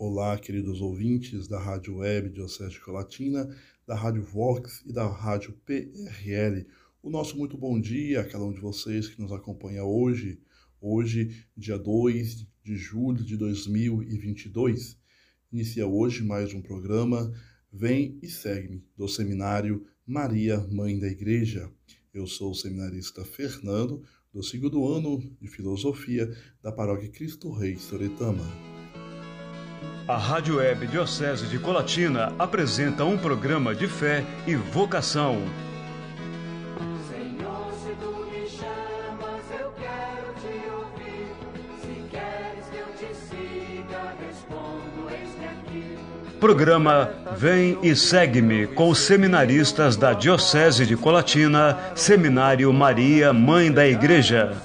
Olá, queridos ouvintes da Rádio Web Diocese de Colatina, da Rádio Vox e da Rádio PRL. O nosso muito bom dia a cada um de vocês que nos acompanha hoje, dia 2 de julho de 2022. Inicia hoje mais um programa Vem e Segue-me, do Seminário Maria, Mãe da Igreja. Eu sou o seminarista Fernando, do segundo ano de Filosofia da Paróquia Cristo Rei, Soretama. A Rádio Web Diocese de Colatina apresenta um programa de fé e vocação. Senhor, se tu me chamas, eu quero te ouvir. Se queres que eu te siga, respondo, eis-me aqui. Programa Vem e Segue-me com os seminaristas da Diocese de Colatina, Seminário Maria, Mãe da Igreja.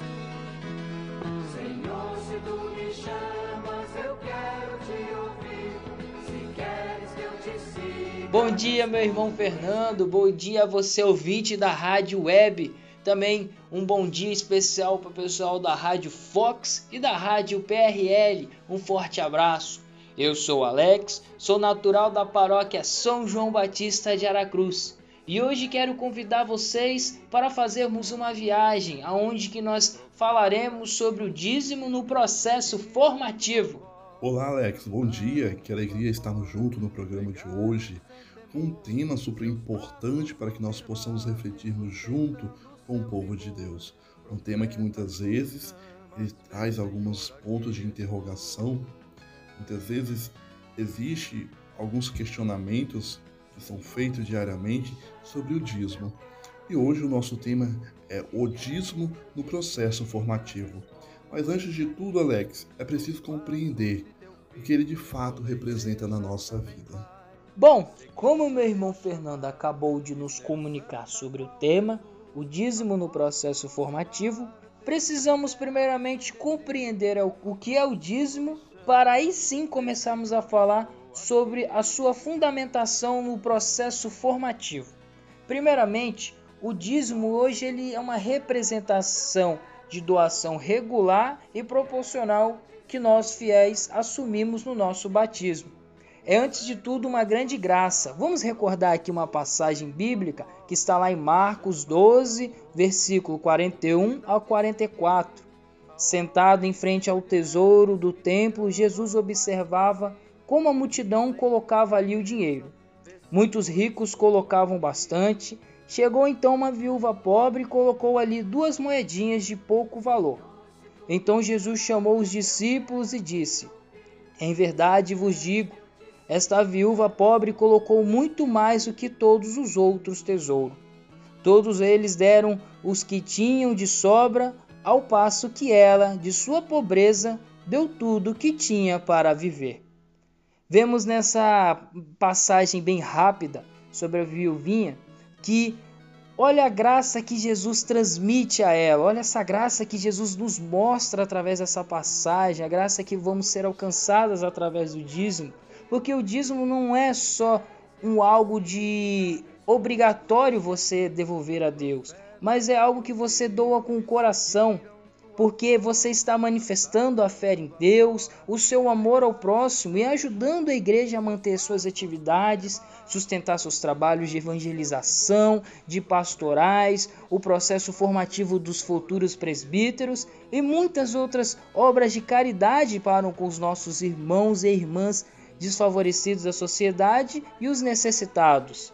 Bom dia, meu irmão Fernando, bom dia a você, ouvinte da Rádio Web. Também um bom dia especial para o pessoal da Rádio Fox e da Rádio PRL. Um forte abraço. Eu sou Alex, sou natural da paróquia São João Batista de Aracruz. E hoje quero convidar vocês para fazermos uma viagem aonde que nós falaremos sobre o dízimo no processo formativo. Olá, Alex, bom dia, que alegria estarmos juntos no programa de hoje, com um tema super importante para que nós possamos refletirmos junto com o povo de Deus. Um tema que muitas vezes ele traz alguns pontos de interrogação, muitas vezes existe alguns questionamentos que são feitos diariamente sobre o dízimo. E hoje o nosso tema é o dízimo no processo formativo. Mas antes de tudo, Alex, é preciso compreender o que ele de fato representa na nossa vida. Bom, como o meu irmão Fernando acabou de nos comunicar sobre o tema, o dízimo no processo formativo, precisamos primeiramente compreender o que é o dízimo, para aí sim começarmos a falar sobre a sua fundamentação no processo formativo. Primeiramente, o dízimo hoje ele é uma representação de doação regular e proporcional que nós fiéis assumimos no nosso batismo. É antes de tudo uma grande graça. Vamos recordar aqui uma passagem bíblica que está lá em Marcos 12, versículo 41 ao 44. Sentado em frente ao tesouro do templo, Jesus observava como a multidão colocava ali o dinheiro. Muitos ricos colocavam bastante. Chegou então uma viúva pobre e colocou ali 2 moedinhas de pouco valor. Então Jesus chamou os discípulos e disse: Em verdade vos digo, esta viúva pobre colocou muito mais do que todos os outros tesouros. Todos eles deram os que tinham de sobra, ao passo que ela, de sua pobreza, deu tudo o que tinha para viver. Vemos nessa passagem bem rápida sobre a viuvinha que olha a graça que Jesus transmite a ela, olha essa graça que Jesus nos mostra através dessa passagem, a graça que vamos ser alcançadas através do dízimo, porque o dízimo não é só algo de obrigatório você devolver a Deus, mas é algo que você doa com o coração, porque você está manifestando a fé em Deus, o seu amor ao próximo e ajudando a igreja a manter suas atividades, sustentar seus trabalhos de evangelização, de pastorais, o processo formativo dos futuros presbíteros e muitas outras obras de caridade para com os nossos irmãos e irmãs desfavorecidos da sociedade e os necessitados.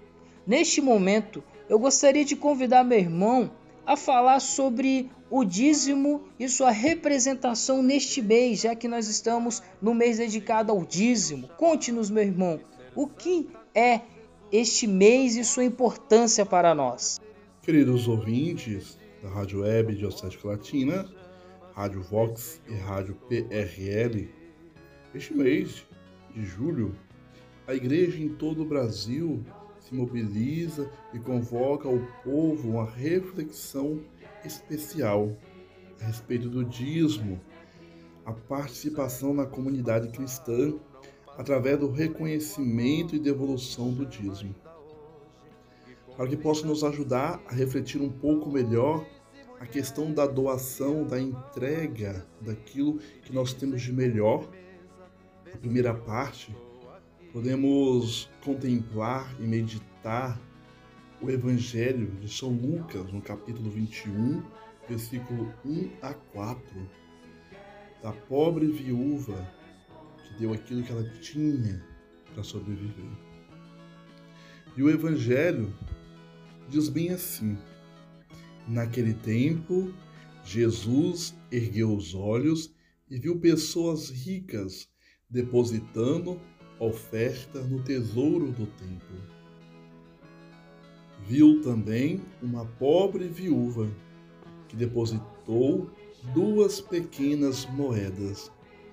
Neste momento, eu gostaria de convidar meu irmão a falar sobre o dízimo e sua representação neste mês, já que nós estamos no mês dedicado ao dízimo. Conte-nos, meu irmão, o que é este mês e sua importância para nós. Queridos ouvintes da Rádio Web Diocese de Colatina, Rádio Vox e Rádio PRL, este mês de julho, a igreja em todo o Brasil se mobiliza e convoca o povo a uma reflexão especial a respeito do dízimo, a participação na comunidade cristã através do reconhecimento e devolução do dízimo, para que possa nos ajudar a refletir um pouco melhor a questão da doação, da entrega daquilo que nós temos de melhor Na primeira parte, podemos contemplar e meditar o Evangelho de São Lucas, no capítulo 21, versículo 1 a 4, da pobre viúva que deu aquilo que ela tinha para sobreviver. E o Evangelho diz bem assim: naquele tempo, Jesus ergueu os olhos e viu pessoas ricas depositando oferta no tesouro do templo. Viu também uma pobre viúva que depositou 2 pequenas moedas.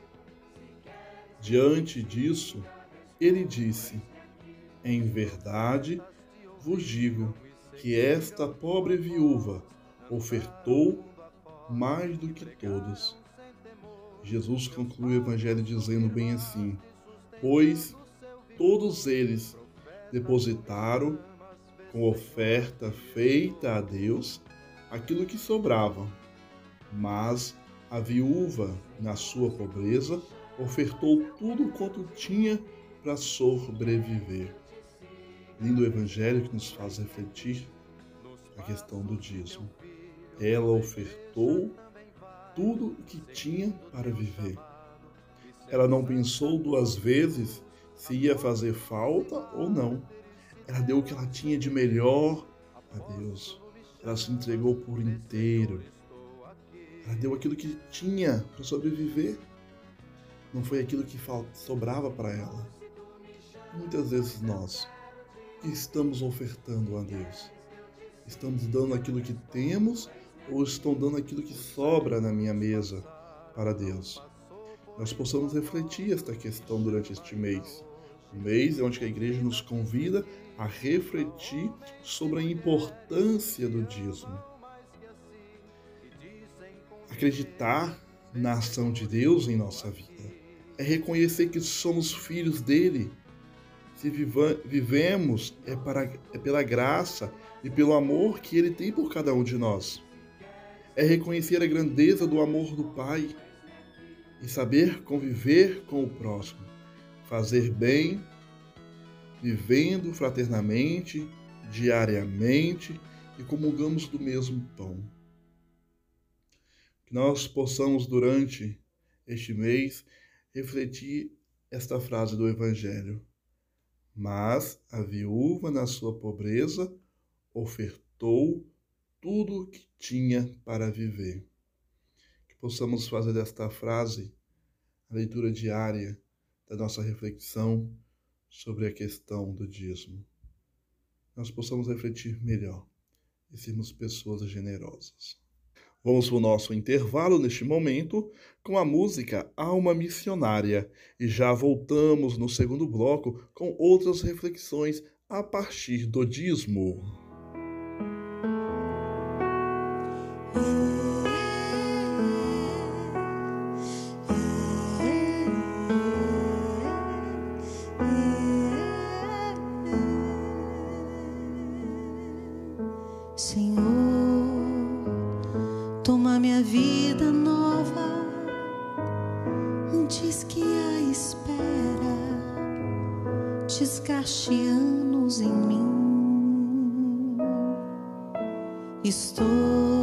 Diante disso, ele disse: em verdade vos digo que esta pobre viúva ofertou mais do que todos. Jesus conclui o Evangelho dizendo bem assim: pois todos eles depositaram com oferta feita a Deus aquilo que sobrava, mas a viúva, na sua pobreza, ofertou tudo quanto tinha para sobreviver. Lindo Evangelho que nos faz refletir a questão do dízimo. Ela ofertou tudo o que tinha para viver. Ela não pensou 2 vezes se ia fazer falta ou não. Ela deu o que ela tinha de melhor a Deus. Ela se entregou por inteiro. Ela deu aquilo que tinha para sobreviver. Não foi aquilo que sobrava para ela. Muitas vezes nós estamos ofertando a Deus. Estamos dando aquilo que temos ou estão dando aquilo que sobra na minha mesa para Deus? Nós possamos refletir esta questão durante este mês. Um mês onde a igreja nos convida a refletir sobre a importância do dízimo. Acreditar na ação de Deus em nossa vida é reconhecer que somos filhos dele. Se vivemos é pela graça e pelo amor que ele tem por cada um de nós. É reconhecer a grandeza do amor do Pai e saber conviver com o próximo, fazer bem, vivendo fraternamente, diariamente e comungamos do mesmo pão. Que nós possamos, durante este mês, refletir esta frase do Evangelho. Mas a viúva, na sua pobreza, ofertou tudo o que tinha para viver. Que possamos fazer desta frase a leitura diária da nossa reflexão sobre a questão do dízimo. Nós possamos refletir melhor e sermos pessoas generosas. Vamos para o nosso intervalo neste momento com a música Alma Missionária e já voltamos no segundo bloco com outras reflexões a partir do dízimo. Toma minha vida nova antes que a espera desgaste anos em mim. Estou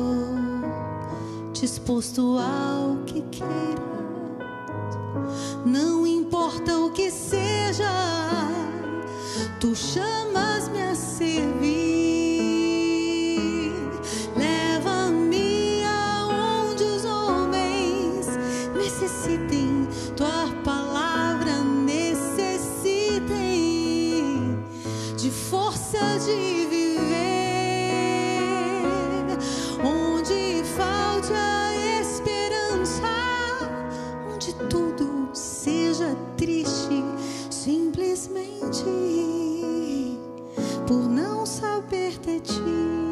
disposto ao que queira, não importa o que seja, tu chamas-me a servir. Tua palavra necessitem de força de viver, onde falte a esperança, onde tudo seja triste, simplesmente por não saber de ti.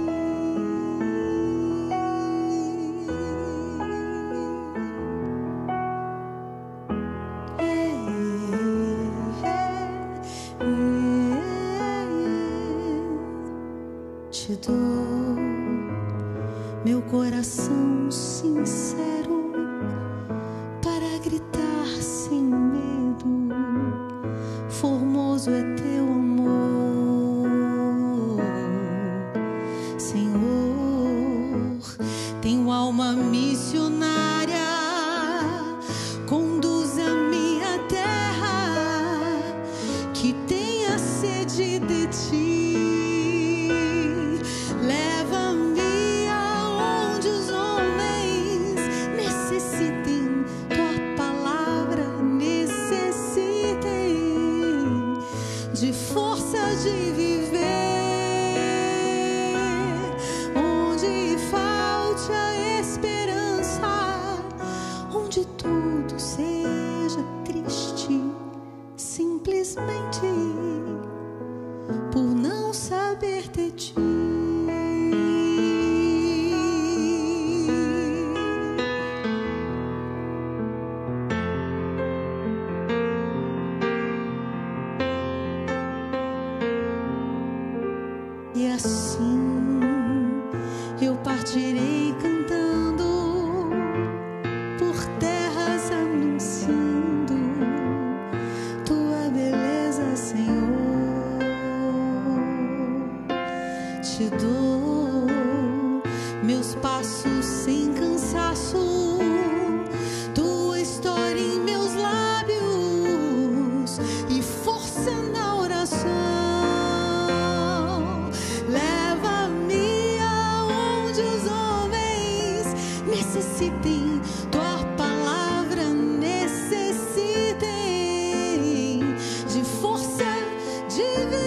Te dou meu coração sincero para gritar sem medo. precioso é teu amor, Senhor. Tenho alma missionária, conduz a minha terra, que tenha sede de ti. Leva-me aonde os homens necessitem tua palavra, necessitem de força de viver, onde falte a esperança, onde tudo seja triste, simplesmente por não saber de ti. E assim eu partirei cantando por terras, anunciando tua beleza, Senhor. Te dou meus passos sem cansaço, tua história em meus lábios e força na oração. Leva-me aonde os homens necessitem tua palavra, necessitem de força de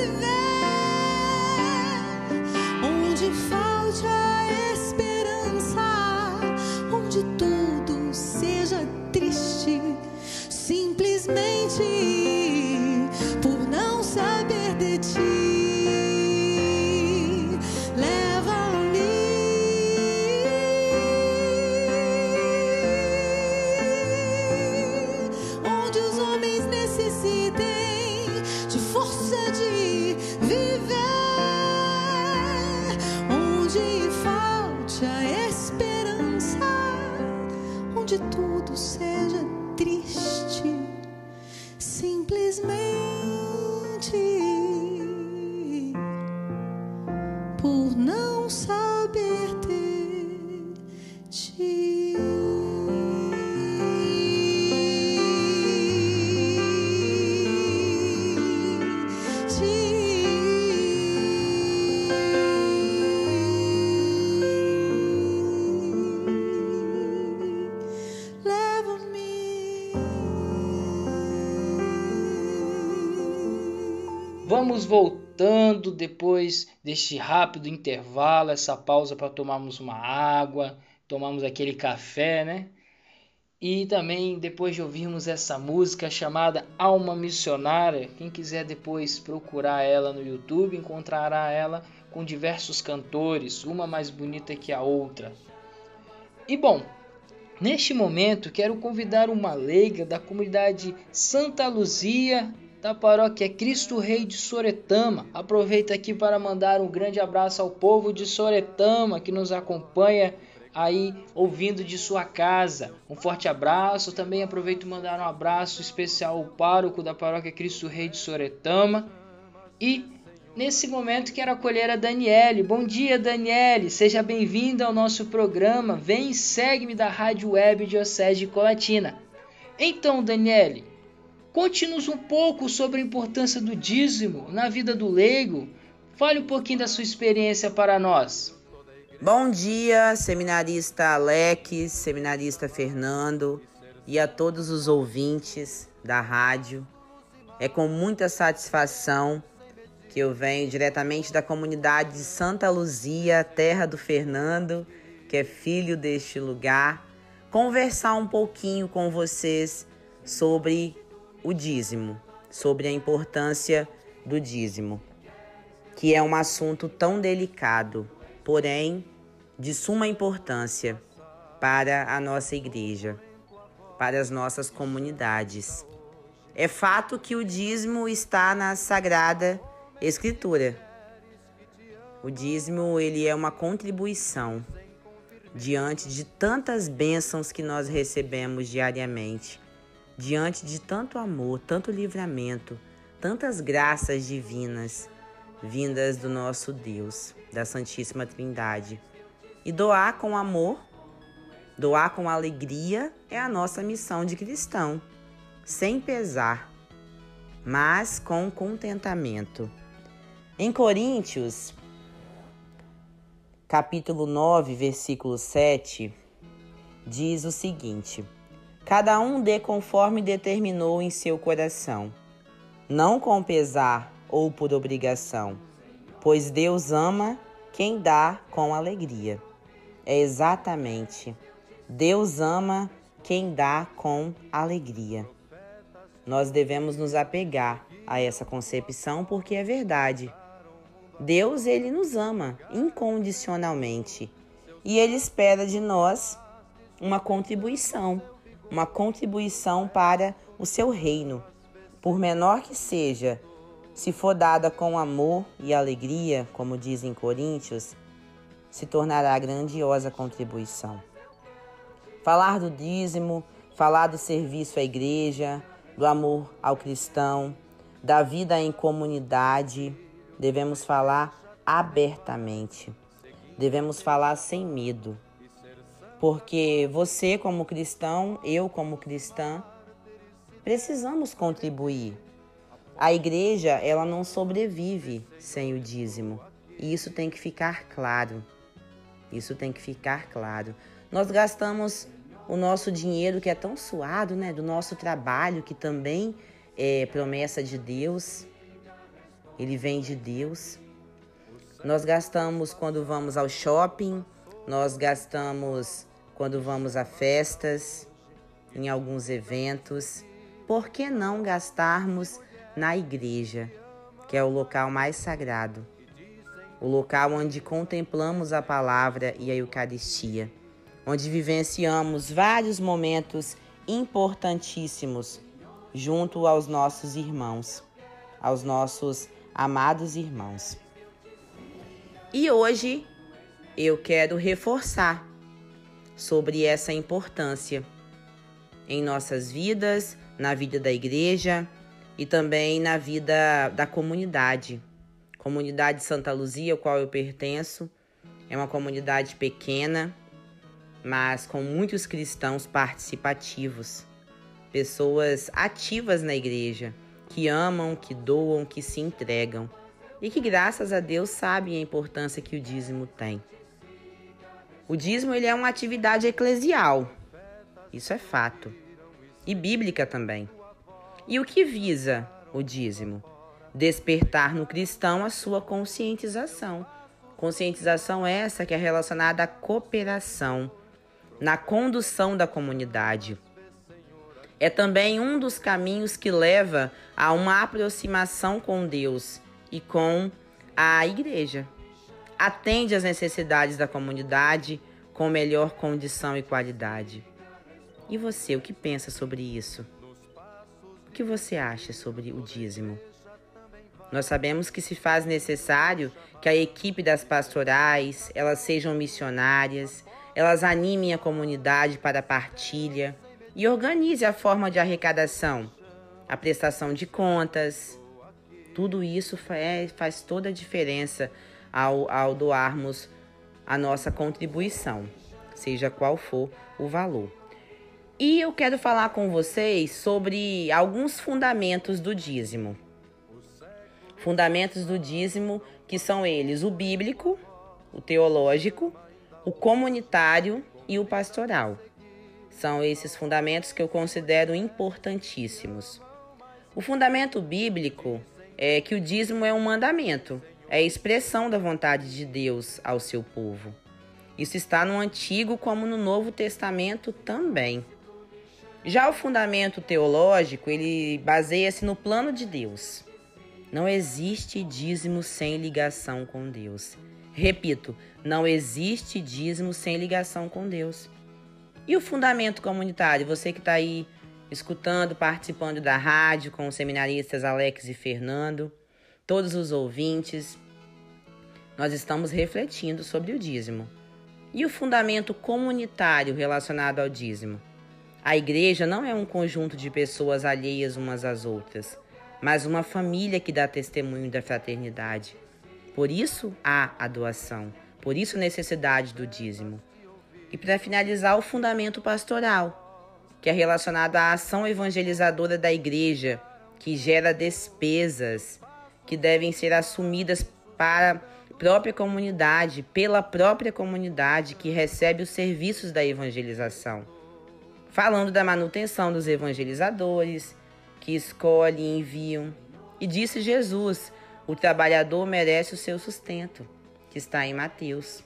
viver, onde falte a esperança, onde tudo seja triste, simplesmente por não saber de ti. Onde os homens necessitem de força de viver, onde falte a esperança, onde tudo seja triste, simplesmente por não saber de ti. Vamos voltando depois deste rápido intervalo, essa pausa para tomarmos uma água, tomarmos aquele café, né? E também depois de ouvirmos essa música chamada Alma Missionária, quem quiser depois procurar ela no YouTube, encontrará ela com diversos cantores, uma mais bonita que a outra. E bom, neste momento quero convidar uma leiga da comunidade Santa Luzia, da paróquia Cristo Rei de Soretama. Aproveito aqui para mandar um grande abraço ao povo de Soretama que nos acompanha aí ouvindo de sua casa. Um forte abraço. Também aproveito para mandar um abraço especial ao pároco da paróquia Cristo Rei de Soretama. E nesse momento quero acolher a Daniele. Bom dia, Daniele. Seja bem-vinda ao nosso programa Vem e Segue-me da Rádio Web Diocese de Colatina. Então, Daniele, conte-nos um pouco sobre a importância do dízimo na vida do leigo. Fale um pouquinho da sua experiência para nós. Bom dia, seminarista Alex, seminarista Fernando e a todos os ouvintes da rádio. É com muita satisfação que eu venho diretamente da comunidade de Santa Luzia, terra do Fernando, que é filho deste lugar, conversar um pouquinho com vocês sobre o dízimo, sobre a importância do dízimo, que é um assunto tão delicado, porém de suma importância para a nossa igreja, para as nossas comunidades. É fato que o dízimo está na Sagrada Escritura. O dízimo, ele é uma contribuição diante de tantas bênçãos que nós recebemos diariamente, diante de tanto amor, tanto livramento, tantas graças divinas vindas do nosso Deus, da Santíssima Trindade. E doar com amor, doar com alegria é a nossa missão de cristão, sem pesar, mas com contentamento. Em Coríntios, capítulo 9, versículo 7, diz o seguinte: cada um dê conforme determinou em seu coração, não com pesar ou por obrigação, pois Deus ama quem dá com alegria. É exatamente, Deus ama quem dá com alegria. Nós devemos nos apegar a essa concepção porque é verdade. Deus, Ele nos ama incondicionalmente e Ele espera de nós uma contribuição para o seu reino. Por menor que seja, se for dada com amor e alegria, como diz em Coríntios, se tornará grandiosa contribuição. Falar do dízimo, falar do serviço à igreja, do amor ao cristão, da vida em comunidade, devemos falar abertamente. Devemos falar sem medo. Porque você como cristão, eu como cristã, precisamos contribuir. A igreja, ela não sobrevive sem o dízimo. E isso tem que ficar claro. Isso tem que ficar claro. Nós gastamos o nosso dinheiro que é tão suado, né? Do nosso trabalho, que também é promessa de Deus. Ele vem de Deus. Nós gastamos quando vamos ao shopping. Nós gastamos quando vamos a festas, em alguns eventos. Por que não gastarmos na igreja, que é o local mais sagrado? O local onde contemplamos a palavra e a Eucaristia, onde vivenciamos vários momentos importantíssimos junto aos nossos irmãos, aos nossos amados irmãos. E hoje eu quero reforçar sobre essa importância em nossas vidas, na vida da igreja e também na vida da comunidade. Comunidade Santa Luzia, ao qual eu pertenço, é uma comunidade pequena, mas com muitos cristãos participativos, pessoas ativas na igreja, que amam, que doam, que se entregam e que, graças a Deus, sabem a importância que o dízimo tem. O dízimo, ele é uma atividade eclesial, isso é fato, e bíblica também. E o que visa o dízimo? Despertar no cristão a sua conscientização. Conscientização essa que é relacionada à cooperação, na condução da comunidade. É também um dos caminhos que leva a uma aproximação com Deus e com a igreja. Atende às necessidades da comunidade com melhor condição e qualidade. E você, o que pensa sobre isso? O que você acha sobre o dízimo? Nós sabemos que se faz necessário que a equipe das pastorais, elas sejam missionárias, elas animem a comunidade para a partilha e organize a forma de arrecadação, a prestação de contas. Tudo isso faz toda a diferença ao doarmos a nossa contribuição, seja qual for o valor. E eu quero falar com vocês sobre alguns fundamentos do dízimo. Fundamentos do dízimo que são eles: o bíblico, o teológico, o comunitário e o pastoral. São esses fundamentos que eu considero importantíssimos. O fundamento bíblico é que o dízimo é um mandamento, é a expressão da vontade de Deus ao seu povo. Isso está no Antigo como no Novo Testamento também. Já o fundamento teológico, ele baseia-se no plano de Deus. Não existe dízimo sem ligação com Deus. Repito, não existe dízimo sem ligação com Deus. E o fundamento comunitário? Você que está aí escutando, participando da rádio com os seminaristas Alex e Fernando, todos os ouvintes, nós estamos refletindo sobre o dízimo. E o fundamento comunitário relacionado ao dízimo? A igreja não é um conjunto de pessoas alheias umas às outras. mas uma família que dá testemunho da fraternidade. Por isso há a doação, por isso a necessidade do dízimo. E para finalizar, o fundamento pastoral, que é relacionado à ação evangelizadora da igreja, que gera despesas que devem ser assumidas para a própria comunidade, pela própria comunidade que recebe os serviços da evangelização. Falando da manutenção dos evangelizadores, que escolhem e enviam. E disse Jesus, o trabalhador merece o seu sustento, que está em Mateus.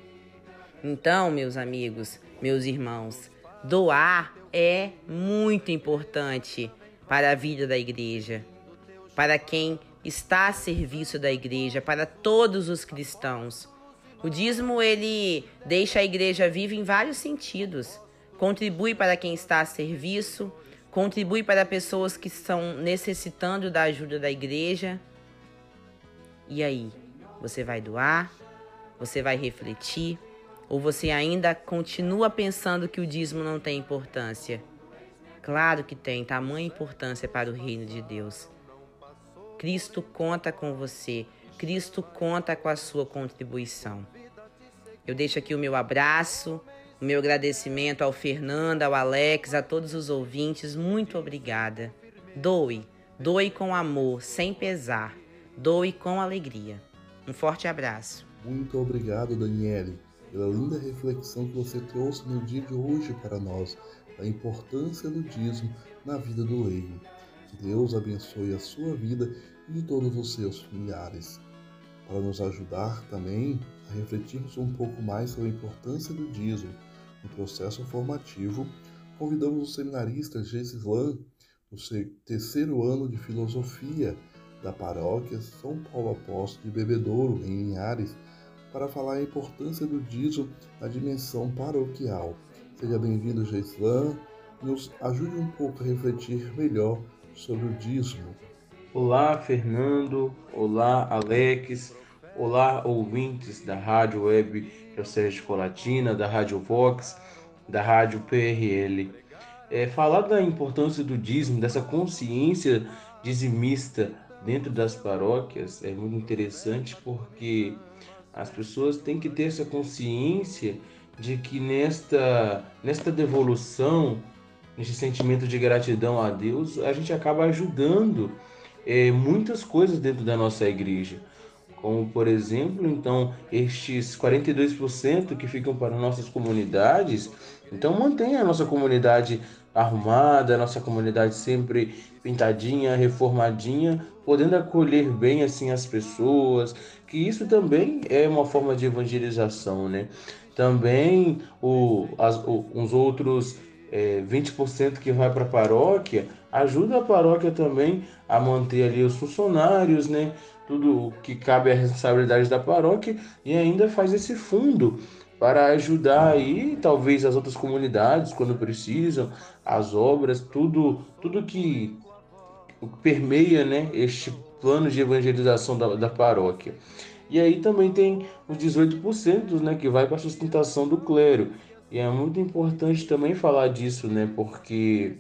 Então, meus amigos, meus irmãos, doar é muito importante para a vida da igreja, para quem está a serviço da igreja, para todos os cristãos. O dízimo, ele deixa a igreja viva em vários sentidos. Contribui para quem está a serviço, contribui para pessoas que estão necessitando da ajuda da igreja. E aí, você vai doar? Você vai refletir? Ou você ainda continua pensando que o dízimo não tem importância? Claro que tem tamanha importância para o reino de Deus. Cristo conta com você. Cristo conta com a sua contribuição. Eu deixo aqui o meu abraço, o meu agradecimento ao Fernando, ao Alex, a todos os ouvintes. Muito obrigada. Doe. Doe com amor, sem pesar. Doe com alegria. Um forte abraço. Muito obrigado, Daniele, pela linda reflexão que você trouxe no dia de hoje para nós, da importância do dízimo na vida do leigo. Que Deus abençoe a sua vida e de todos os seus familiares. Para nos ajudar também a refletirmos um pouco mais sobre a importância do dízimo no processo formativo, convidamos o seminarista Geslan, no seu terceiro ano de filosofia da paróquia São Paulo Apóstolo de Bebedouro, em Linhares, para falar a importância do dízimo na dimensão paroquial. Seja bem-vindo, Geslan, nos ajude um pouco a refletir melhor sobre o dízimo. Olá, Fernando. Olá, Alex. Olá, ouvintes da Rádio Web Diocese de Colatina, da Rádio Vox, da Rádio PRL. Falar da importância do dízimo, dessa consciência dizimista dentro das paróquias é muito interessante, porque as pessoas têm que ter essa consciência de que nesta devolução, nesse sentimento de gratidão a Deus, a gente acaba ajudando muitas coisas dentro da nossa igreja. Como, por exemplo, então, estes 42% que ficam para nossas comunidades, então mantém a nossa comunidade arrumada, a nossa comunidade sempre pintadinha, reformadinha, podendo acolher bem assim as pessoas, que isso também é uma forma de evangelização, né? Também os outros 20% que vai para a paróquia, ajuda a paróquia também a manter ali os funcionários, né? Tudo que cabe à responsabilidade da paróquia, e ainda faz esse fundo para ajudar aí talvez as outras comunidades quando precisam, as obras, tudo que permeia, né, este plano de evangelização da paróquia. E aí também tem os 18%, né, que vai para a sustentação do clero. E é muito importante também falar disso, né, porque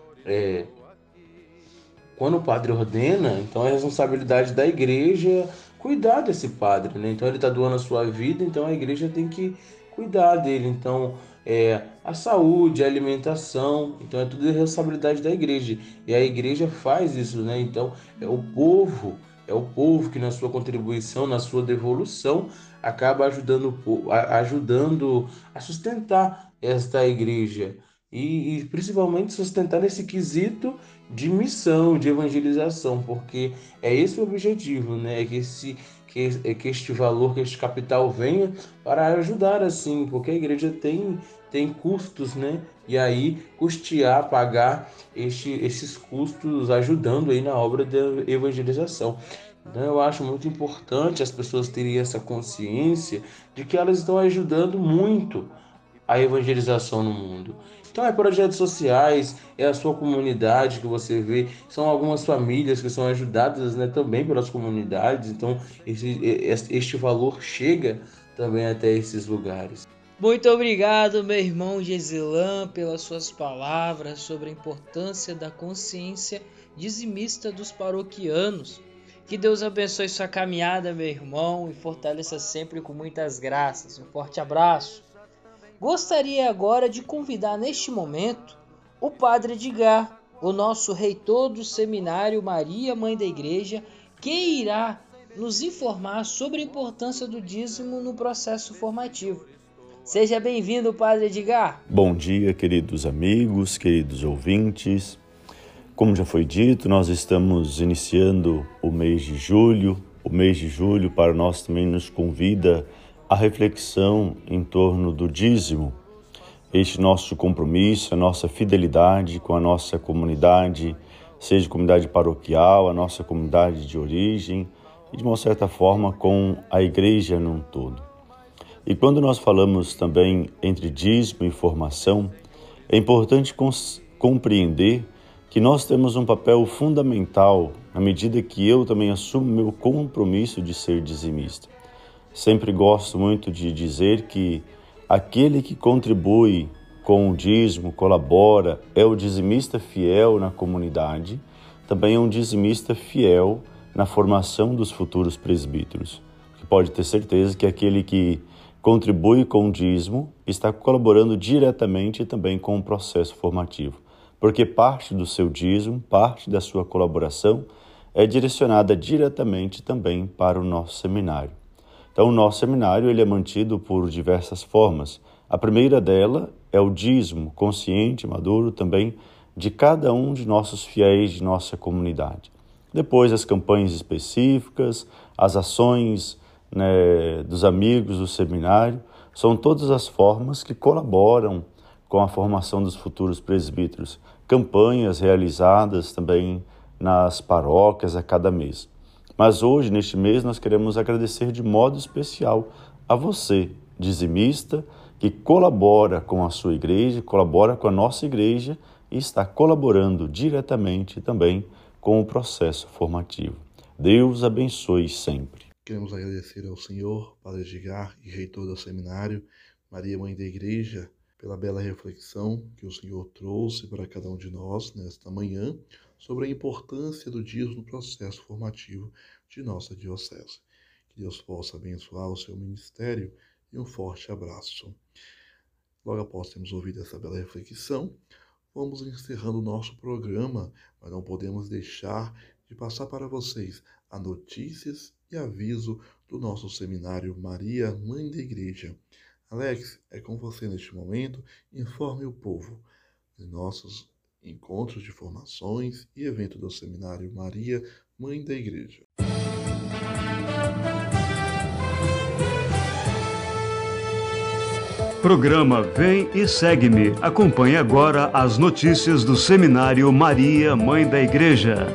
quando o padre ordena, então é responsabilidade da igreja cuidar desse padre, né? Então ele está doando a sua vida, então a igreja tem que cuidar dele. Então a saúde, a alimentação, então é tudo responsabilidade da igreja. E a igreja faz isso, né? Então é o povo que na sua contribuição, na sua devolução, acaba ajudando a sustentar esta igreja. E principalmente sustentar nesse quesito de missão, de evangelização, porque é esse o objetivo, né? Que este valor, que este capital venha para ajudar assim, porque a igreja tem custos, né? E aí custear, pagar esses custos, ajudando aí na obra da evangelização. Então eu acho muito importante as pessoas terem essa consciência de que elas estão ajudando muito a evangelização no mundo. Então é projetos sociais, é a sua comunidade que você vê, são algumas famílias que são ajudadas, né, também pelas comunidades, então este valor chega também até esses lugares. Muito obrigado, meu irmão Geslan, pelas suas palavras sobre a importância da consciência dizimista dos paroquianos. Que Deus abençoe sua caminhada, meu irmão, e fortaleça sempre com muitas graças. Um forte abraço. Gostaria agora de convidar neste momento o Padre Edgar, o nosso reitor do Seminário Maria, Mãe da Igreja, que irá nos informar sobre a importância do dízimo no processo formativo. Seja bem-vindo, Padre Edgar. Bom dia, queridos amigos, queridos ouvintes. Como já foi dito, nós estamos iniciando o mês de julho. O mês de julho para nós também nos convida à reflexão em torno do dízimo. Este nosso compromisso, a nossa fidelidade com a nossa comunidade, seja comunidade paroquial, a nossa comunidade de origem e de uma certa forma com a igreja num todo. E quando nós falamos também entre dízimo e formação, é importante compreender que nós temos um papel fundamental na medida que eu também assumo meu compromisso de ser dizimista. Sempre gosto muito de dizer que aquele que contribui com o dízimo, colabora, é o dizimista fiel na comunidade, também é um dizimista fiel na formação dos futuros presbíteros. Porque pode ter certeza que aquele que contribui com o dízimo está colaborando diretamente também com o processo formativo. Porque parte do seu dízimo, parte da sua colaboração é direcionada diretamente também para o nosso seminário. Então, o nosso seminário ele é mantido por diversas formas. A primeira dela é o dízimo consciente, maduro também, de cada um de nossos fiéis de nossa comunidade. Depois, as campanhas específicas, as ações dos amigos do seminário, são todas as formas que colaboram com a formação dos futuros presbíteros, campanhas realizadas também nas paróquias a cada mês. Mas hoje, neste mês, nós queremos agradecer de modo especial a você, dizimista, que colabora com a sua igreja, colabora com a nossa igreja e está colaborando diretamente também com o processo formativo. Deus abençoe sempre. Queremos agradecer ao Senhor, Padre Edgar e reitor do Seminário Maria, Mãe da Igreja, pela bela reflexão que o Senhor trouxe para cada um de nós nesta manhã sobre a importância do dízimo no processo formativo de nossa diocese. Que Deus possa abençoar o seu ministério e um forte abraço. Logo após termos ouvido essa bela reflexão, vamos encerrando o nosso programa, mas não podemos deixar de passar para vocês as notícias e aviso do nosso Seminário Maria, Mãe da Igreja. Alex, é com você neste momento. Informe o povo de nossos encontros de formações e evento do Seminário Maria, Mãe da Igreja. Programa Vem e Segue-me. Acompanhe agora as notícias do Seminário Maria, Mãe da Igreja.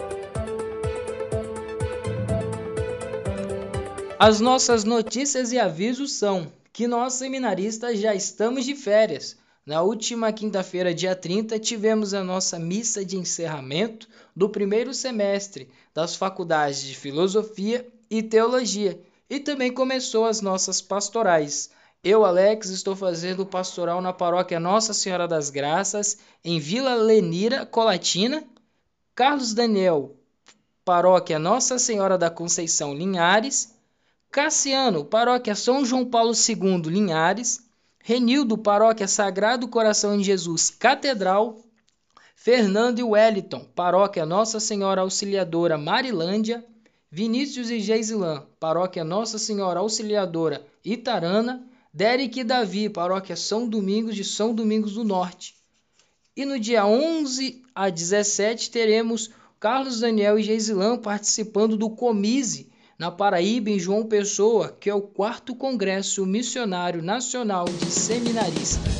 As nossas notícias e avisos são que nós seminaristas já estamos de férias. Na última quinta-feira, dia 30, tivemos a nossa missa de encerramento do primeiro semestre das faculdades de Filosofia e Teologia e também começou as nossas pastorais. Eu, Alex, estou fazendo pastoral na paróquia Nossa Senhora das Graças, em Vila Lenira, Colatina. Carlos Daniel, paróquia Nossa Senhora da Conceição, Linhares. Cassiano, paróquia São João Paulo II, Linhares. Renildo, paróquia Sagrado Coração de Jesus, Catedral. Fernando e Wellington, paróquia Nossa Senhora Auxiliadora, Marilândia. Vinícius e Geisilan, paróquia Nossa Senhora Auxiliadora, Itarana. Derek e Davi, paróquia São Domingos de São Domingos do Norte. E no dia 11 a 17 teremos Carlos Daniel e Geisilan participando do Comise, na Paraíba, em João Pessoa, que é o 4º Congresso Missionário Nacional de Seminaristas.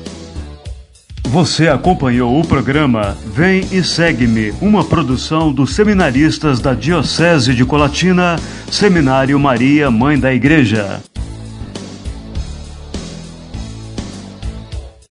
Você acompanhou o programa Vem e Segue-me, uma produção dos seminaristas da Diocese de Colatina, Seminário Maria, Mãe da Igreja.